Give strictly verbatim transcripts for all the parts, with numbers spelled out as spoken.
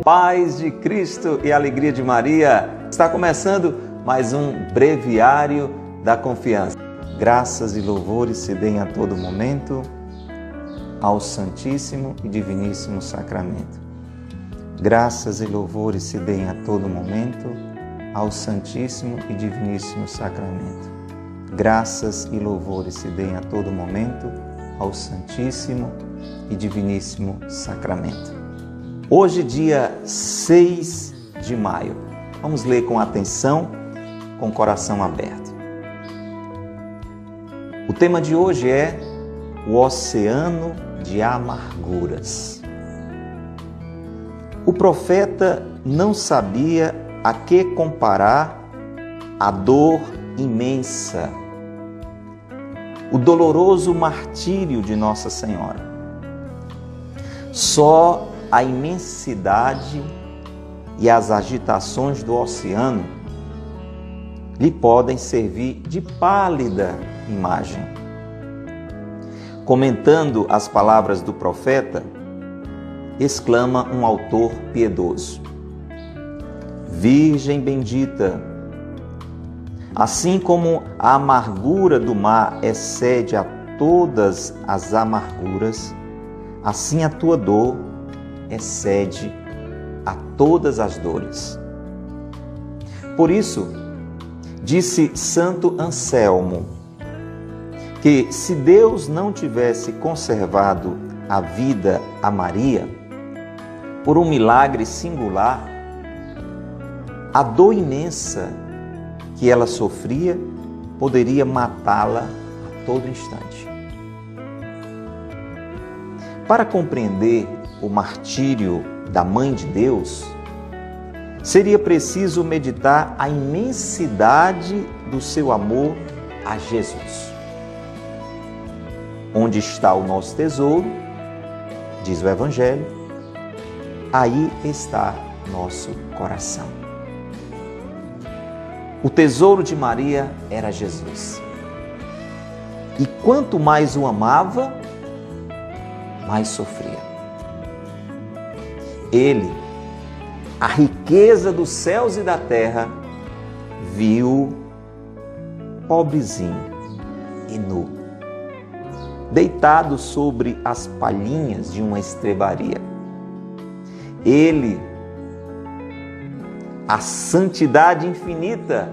Paz de Cristo e alegria de Maria. Está começando mais um breviário da confiança. Graças e louvores se deem a todo momento ao Santíssimo e Diviníssimo Sacramento. Graças e louvores se deem a todo momento ao Santíssimo e Diviníssimo Sacramento. Graças e louvores se deem a todo momento ao Santíssimo e Diviníssimo Sacramento. Hoje, dia seis de maio. Vamos ler com atenção, com o coração aberto. O tema de hoje é o oceano de amarguras. O profeta não sabia a que comparar a dor imensa, o doloroso martírio de Nossa Senhora. Só a imensidade e as agitações do oceano lhe podem servir de pálida imagem. Comentando as palavras do profeta, exclama um autor piedoso: Virgem bendita, assim como a amargura do mar excede a todas as amarguras, assim a tua dor excede a todas as dores. Por isso, disse Santo Anselmo, que se Deus não tivesse conservado a vida a Maria, por um milagre singular, a dor imensa que ela sofria poderia matá-la a todo instante. Para compreender o martírio da Mãe de Deus, seria preciso meditar a imensidade do seu amor a Jesus. Onde está o nosso tesouro, diz o Evangelho, aí está nosso coração. O tesouro de Maria era Jesus. E quanto mais o amava, mais sofria. Ele, a riqueza dos céus e da terra, viu pobrezinho e nu, deitado sobre as palhinhas de uma estrebaria. Ele, a santidade infinita,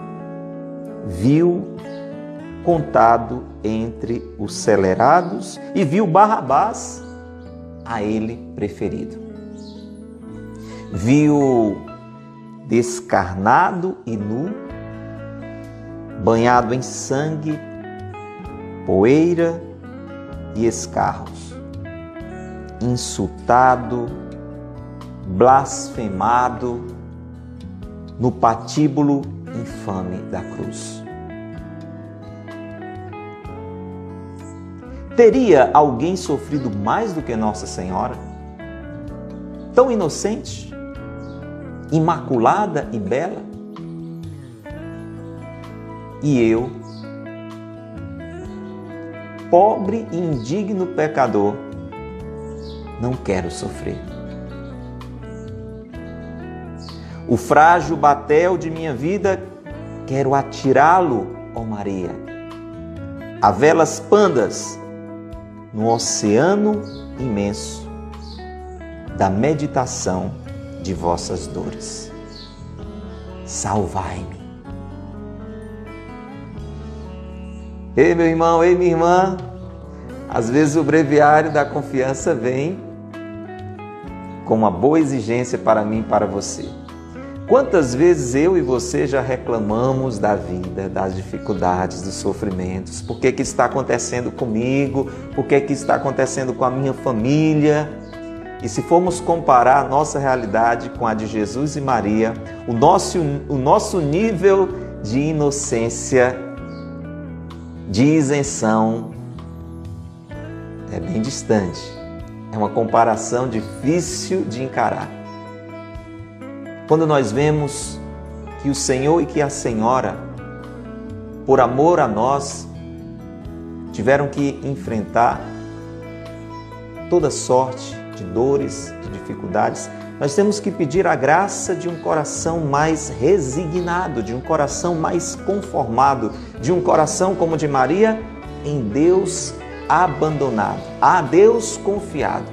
viu contado entre os celerados e viu Barrabás, a ele preferido. Viu descarnado e nu, banhado em sangue, poeira e escarros, insultado, blasfemado no patíbulo infame da cruz. Teria alguém sofrido mais do que Nossa Senhora? Tão inocente, imaculada e bela? E eu, pobre e indigno pecador, não quero sofrer. O frágil batel de minha vida, quero atirá-lo, ó Maria, a velas pandas no oceano imenso da meditação de vossas dores. Salvai-me. Ei, meu irmão, ei, minha irmã, às vezes o breviário da confiança vem com uma boa exigência para mim e para você. Quantas vezes eu e você já reclamamos da vida, das dificuldades, dos sofrimentos? Por que que está acontecendo comigo? Por que que está acontecendo com a minha família? E se formos comparar a nossa realidade com a de Jesus e Maria, o nosso, o nosso nível de inocência, de isenção, é bem distante. É uma comparação difícil de encarar. Quando nós vemos que o Senhor e que a Senhora, por amor a nós, tiveram que enfrentar toda sorte de dores, de dificuldades, Nós temos que pedir a graça de um coração mais resignado, de um coração mais conformado, de um coração como o de Maria, em Deus abandonado, a Deus confiado.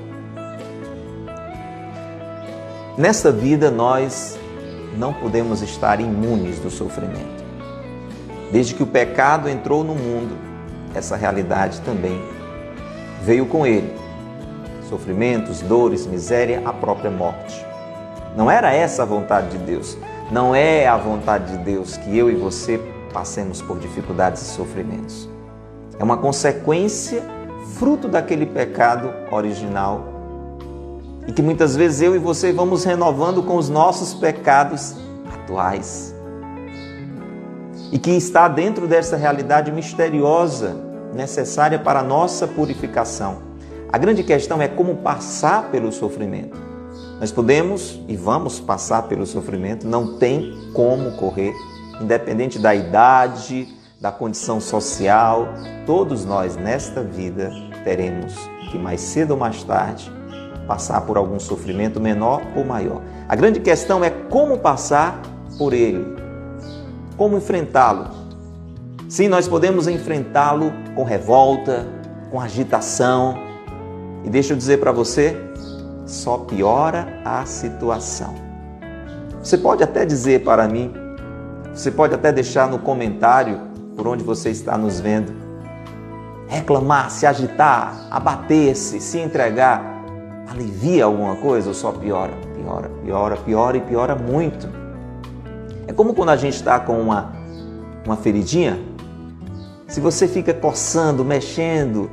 Nesta vida nós não podemos estar imunes do sofrimento. Desde que o pecado entrou no mundo, essa realidade também veio com ele. Sofrimentos, dores, miséria, a própria morte. Não era essa a vontade de Deus. Não é a vontade de Deus que eu e você passemos por dificuldades e sofrimentos. É uma consequência, fruto daquele pecado original e que muitas vezes eu e você vamos renovando com os nossos pecados atuais. E que está dentro dessa realidade misteriosa, necessária para a nossa purificação. A grande questão é como passar pelo sofrimento. Nós podemos e vamos passar pelo sofrimento, não tem como correr, independente da idade, da condição social. Todos nós nesta vida teremos que mais cedo ou mais tarde passar por algum sofrimento menor ou maior. A grande questão é como passar por ele, como enfrentá-lo. Sim, nós podemos enfrentá-lo com revolta, com agitação. E deixa eu dizer para você, só piora a situação. Você pode até dizer para mim, você pode até deixar no comentário por onde você está nos vendo, reclamar, se agitar, abater-se, se entregar, alivia alguma coisa ou só piora? Piora, piora, piora e piora muito. É como quando a gente está com uma, uma feridinha, se você fica coçando, mexendo,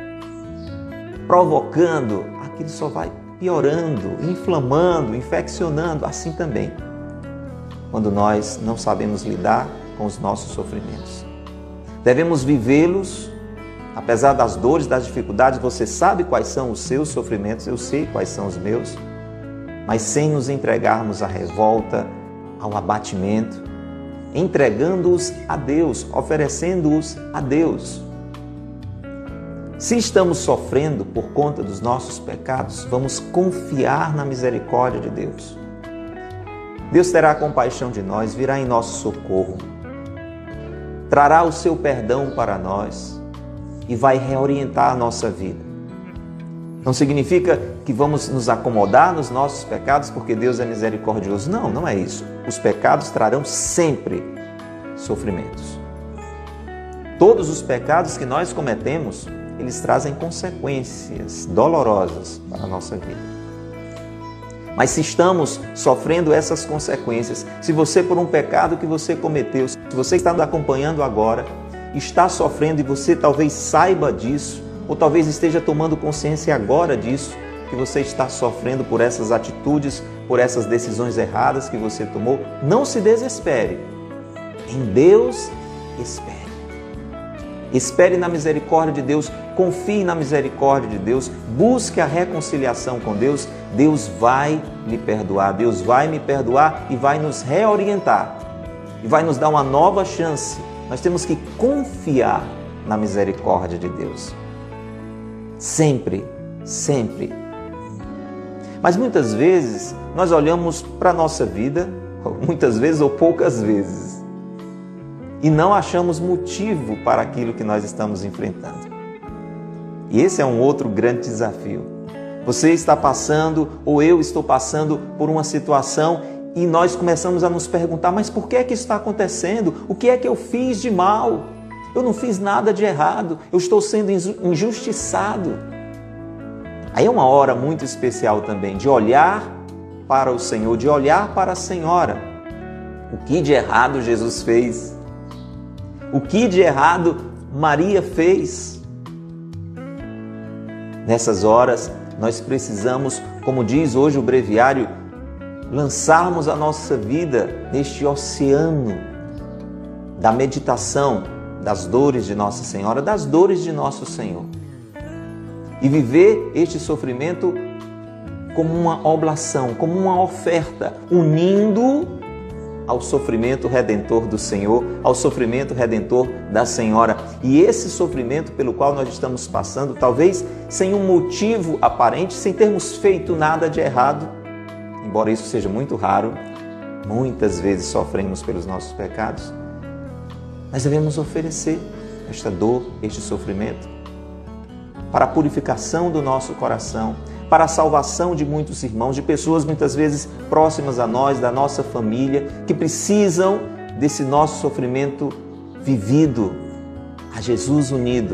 provocando, aquilo só vai piorando, inflamando, infeccionando, assim também. Quando nós não sabemos lidar com os nossos sofrimentos. Devemos vivê-los, apesar das dores, das dificuldades. Você sabe quais são os seus sofrimentos, eu sei quais são os meus, mas sem nos entregarmos à revolta, ao abatimento, entregando-os a Deus, oferecendo-os a Deus. Se estamos sofrendo por conta dos nossos pecados, vamos confiar na misericórdia de Deus. Deus terá compaixão de nós, virá em nosso socorro, trará o seu perdão para nós e vai reorientar a nossa vida. Não significa que vamos nos acomodar nos nossos pecados porque Deus é misericordioso. Não, não é isso. Os pecados trarão sempre sofrimentos. Todos os pecados que nós cometemos, eles trazem consequências dolorosas para a nossa vida. Mas se estamos sofrendo essas consequências, se você por um pecado que você cometeu, se você está nos acompanhando agora, está sofrendo e você talvez saiba disso, ou talvez esteja tomando consciência agora disso, que você está sofrendo por essas atitudes, por essas decisões erradas que você tomou, não se desespere. Em Deus, espere. Espere na misericórdia de Deus, confie na misericórdia de Deus, busque a reconciliação com Deus. Deus vai lhe perdoar, Deus vai me perdoar e vai nos reorientar e vai nos dar uma nova chance. Nós temos que confiar na misericórdia de Deus. Sempre, sempre. Mas muitas vezes nós olhamos para a nossa vida, muitas vezes ou poucas vezes, e não achamos motivo para aquilo que nós estamos enfrentando. E esse é um outro grande desafio. Você está passando, ou eu estou passando por uma situação e nós começamos a nos perguntar, mas por que é que isso está acontecendo? O que é que eu fiz de mal? Eu não fiz nada de errado, eu estou sendo injustiçado. Aí é uma hora muito especial também de olhar para o Senhor, de olhar para a Senhora. O que de errado Jesus fez? O que de errado Maria fez? Nessas horas, nós precisamos, como diz hoje o breviário, lançarmos a nossa vida neste oceano da meditação das dores de Nossa Senhora, das dores de Nosso Senhor. E viver este sofrimento como uma oblação, como uma oferta, unindo ao sofrimento redentor do Senhor, ao sofrimento redentor da Senhora. E esse sofrimento pelo qual nós estamos passando, talvez sem um motivo aparente, sem termos feito nada de errado, embora isso seja muito raro, muitas vezes sofremos pelos nossos pecados, mas devemos oferecer esta dor, este sofrimento, para a purificação do nosso coração, para a salvação de muitos irmãos, de pessoas muitas vezes próximas a nós, da nossa família, que precisam desse nosso sofrimento vivido, a Jesus unido.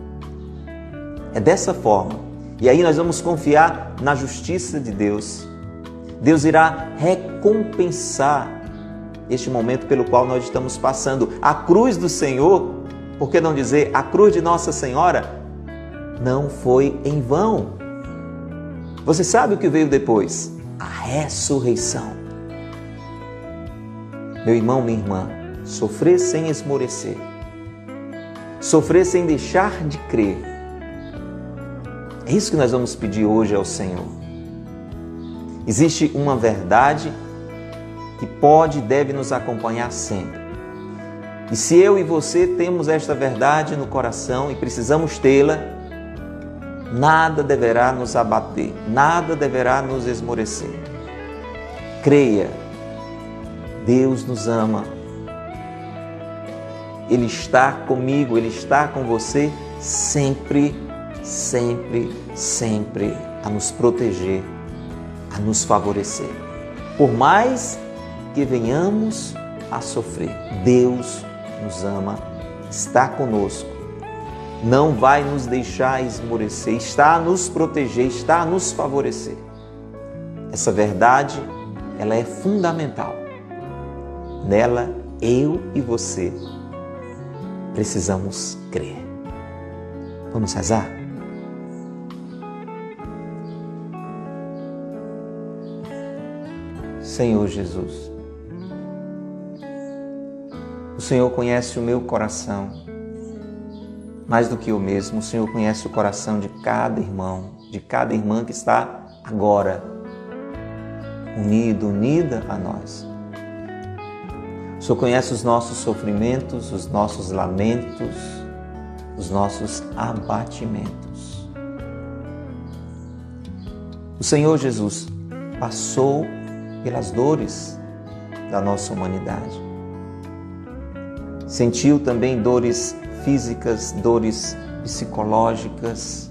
É dessa forma. E aí nós vamos confiar na justiça de Deus. Deus irá recompensar este momento pelo qual nós estamos passando. A cruz do Senhor, por que não dizer a cruz de Nossa Senhora, não foi em vão. Você sabe o que veio depois? A ressurreição. Meu irmão, minha irmã, sofrer sem esmorecer, sofrer sem deixar de crer, é isso que nós vamos pedir hoje ao Senhor. Existe uma verdade que pode e deve nos acompanhar sempre. E se eu e você temos esta verdade no coração e precisamos tê-la, nada deverá nos abater, nada deverá nos esmorecer. Creia, Deus nos ama. Ele está comigo, Ele está com você sempre, sempre, sempre a nos proteger, a nos favorecer. Por mais que venhamos a sofrer, Deus nos ama, está conosco, não vai nos deixar esmorecer, está a nos proteger, está a nos favorecer. Essa verdade, ela é fundamental. Nela, eu e você precisamos crer. Vamos rezar? Senhor Jesus, o Senhor conhece o meu coração, mais do que eu mesmo. O Senhor conhece o coração de cada irmão, de cada irmã que está agora unido, unida a nós. O Senhor conhece os nossos sofrimentos, os nossos lamentos, os nossos abatimentos. O Senhor Jesus passou pelas dores da nossa humanidade. Sentiu também dores físicas, dores psicológicas.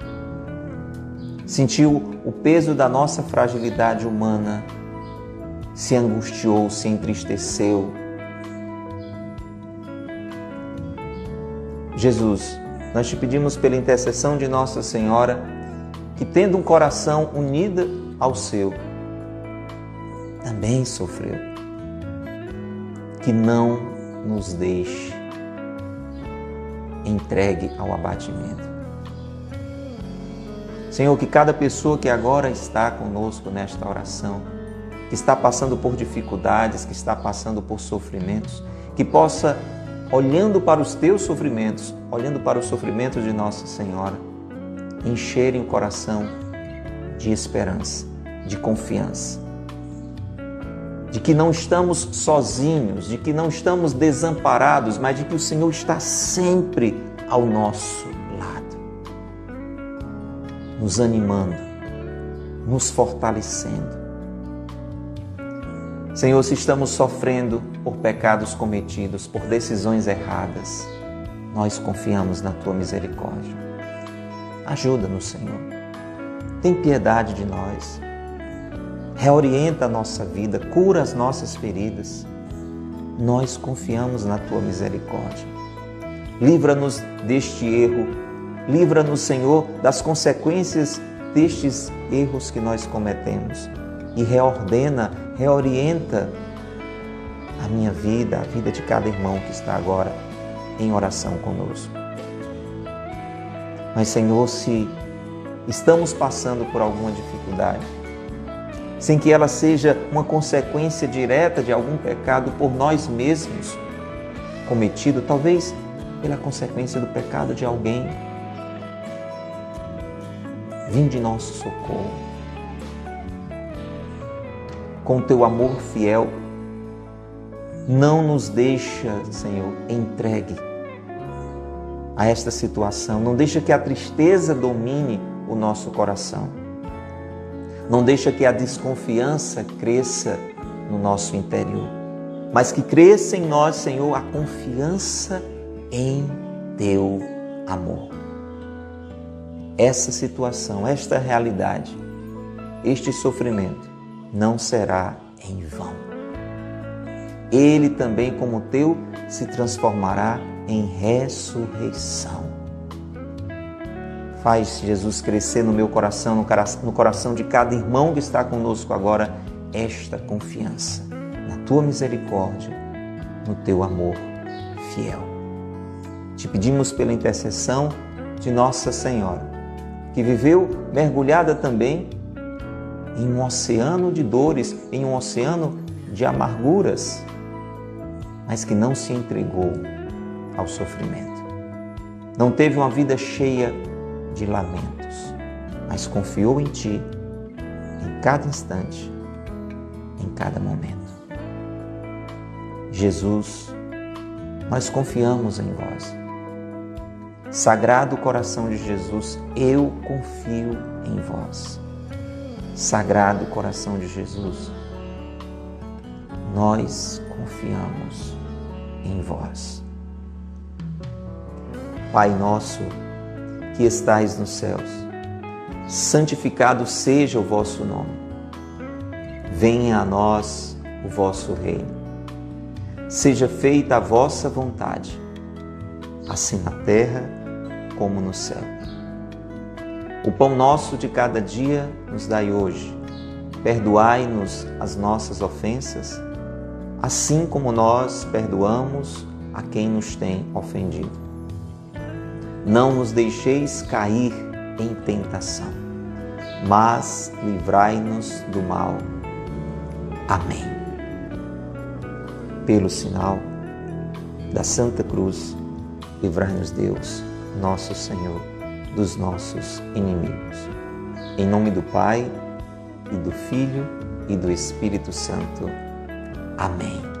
Sentiu o peso da nossa fragilidade humana. Se angustiou, se entristeceu. Jesus, nós te pedimos pela intercessão de Nossa Senhora, que tendo um coração unido ao seu, também sofreu. Que não nos deixe entregue ao abatimento. Senhor, que cada pessoa que agora está conosco nesta oração, que está passando por dificuldades, que está passando por sofrimentos, que possa, olhando para os teus sofrimentos, olhando para os sofrimentos de Nossa Senhora, encherem o coração de esperança, de confiança, de que não estamos sozinhos, de que não estamos desamparados, mas de que o Senhor está sempre ao nosso lado, nos animando, nos fortalecendo. Senhor, se estamos sofrendo por pecados cometidos, por decisões erradas, nós confiamos na Tua misericórdia. Ajuda-nos, Senhor. Tem piedade de nós. Reorienta a nossa vida, cura as nossas feridas. Nós confiamos na Tua misericórdia. Livra-nos deste erro. Livra-nos, Senhor, das consequências destes erros que nós cometemos. E reordena, reorienta a minha vida, a vida de cada irmão que está agora em oração conosco. Mas, Senhor, se estamos passando por alguma dificuldade, sem que ela seja uma consequência direta de algum pecado por nós mesmos cometido, talvez pela consequência do pecado de alguém, vinde nosso socorro. Com Teu amor fiel, não nos deixa, Senhor, entregue a esta situação. Não deixa que a tristeza domine o nosso coração. Não deixa que a desconfiança cresça no nosso interior, mas que cresça em nós, Senhor, a confiança em Teu amor. Essa situação, esta realidade, este sofrimento não será em vão. Ele também, como teu, se transformará em ressurreição. Faz, Jesus, crescer no meu coração, no coração de cada irmão que está conosco agora, esta confiança na Tua misericórdia, no Teu amor fiel. Te pedimos pela intercessão de Nossa Senhora, que viveu mergulhada também em um oceano de dores, em um oceano de amarguras, mas que não se entregou ao sofrimento. Não teve uma vida cheia de lamentos, mas confiou em Ti em cada instante, em cada momento. Jesus, nós confiamos em Vós. Sagrado coração de Jesus, eu confio em Vós. Sagrado coração de Jesus, nós confiamos em Vós. Pai nosso, que estais nos céus, santificado seja o vosso nome. Venha a nós o vosso reino. Seja feita a vossa vontade, assim na terra como no céu. O pão nosso de cada dia nos dai hoje. Perdoai-nos as nossas ofensas, assim como nós perdoamos a quem nos tem ofendido. Não nos deixeis cair em tentação, mas livrai-nos do mal. Amém. Pelo sinal da Santa Cruz, livrai-nos Deus, nosso Senhor, dos nossos inimigos. Em nome do Pai, e do Filho, e do Espírito Santo. Amém.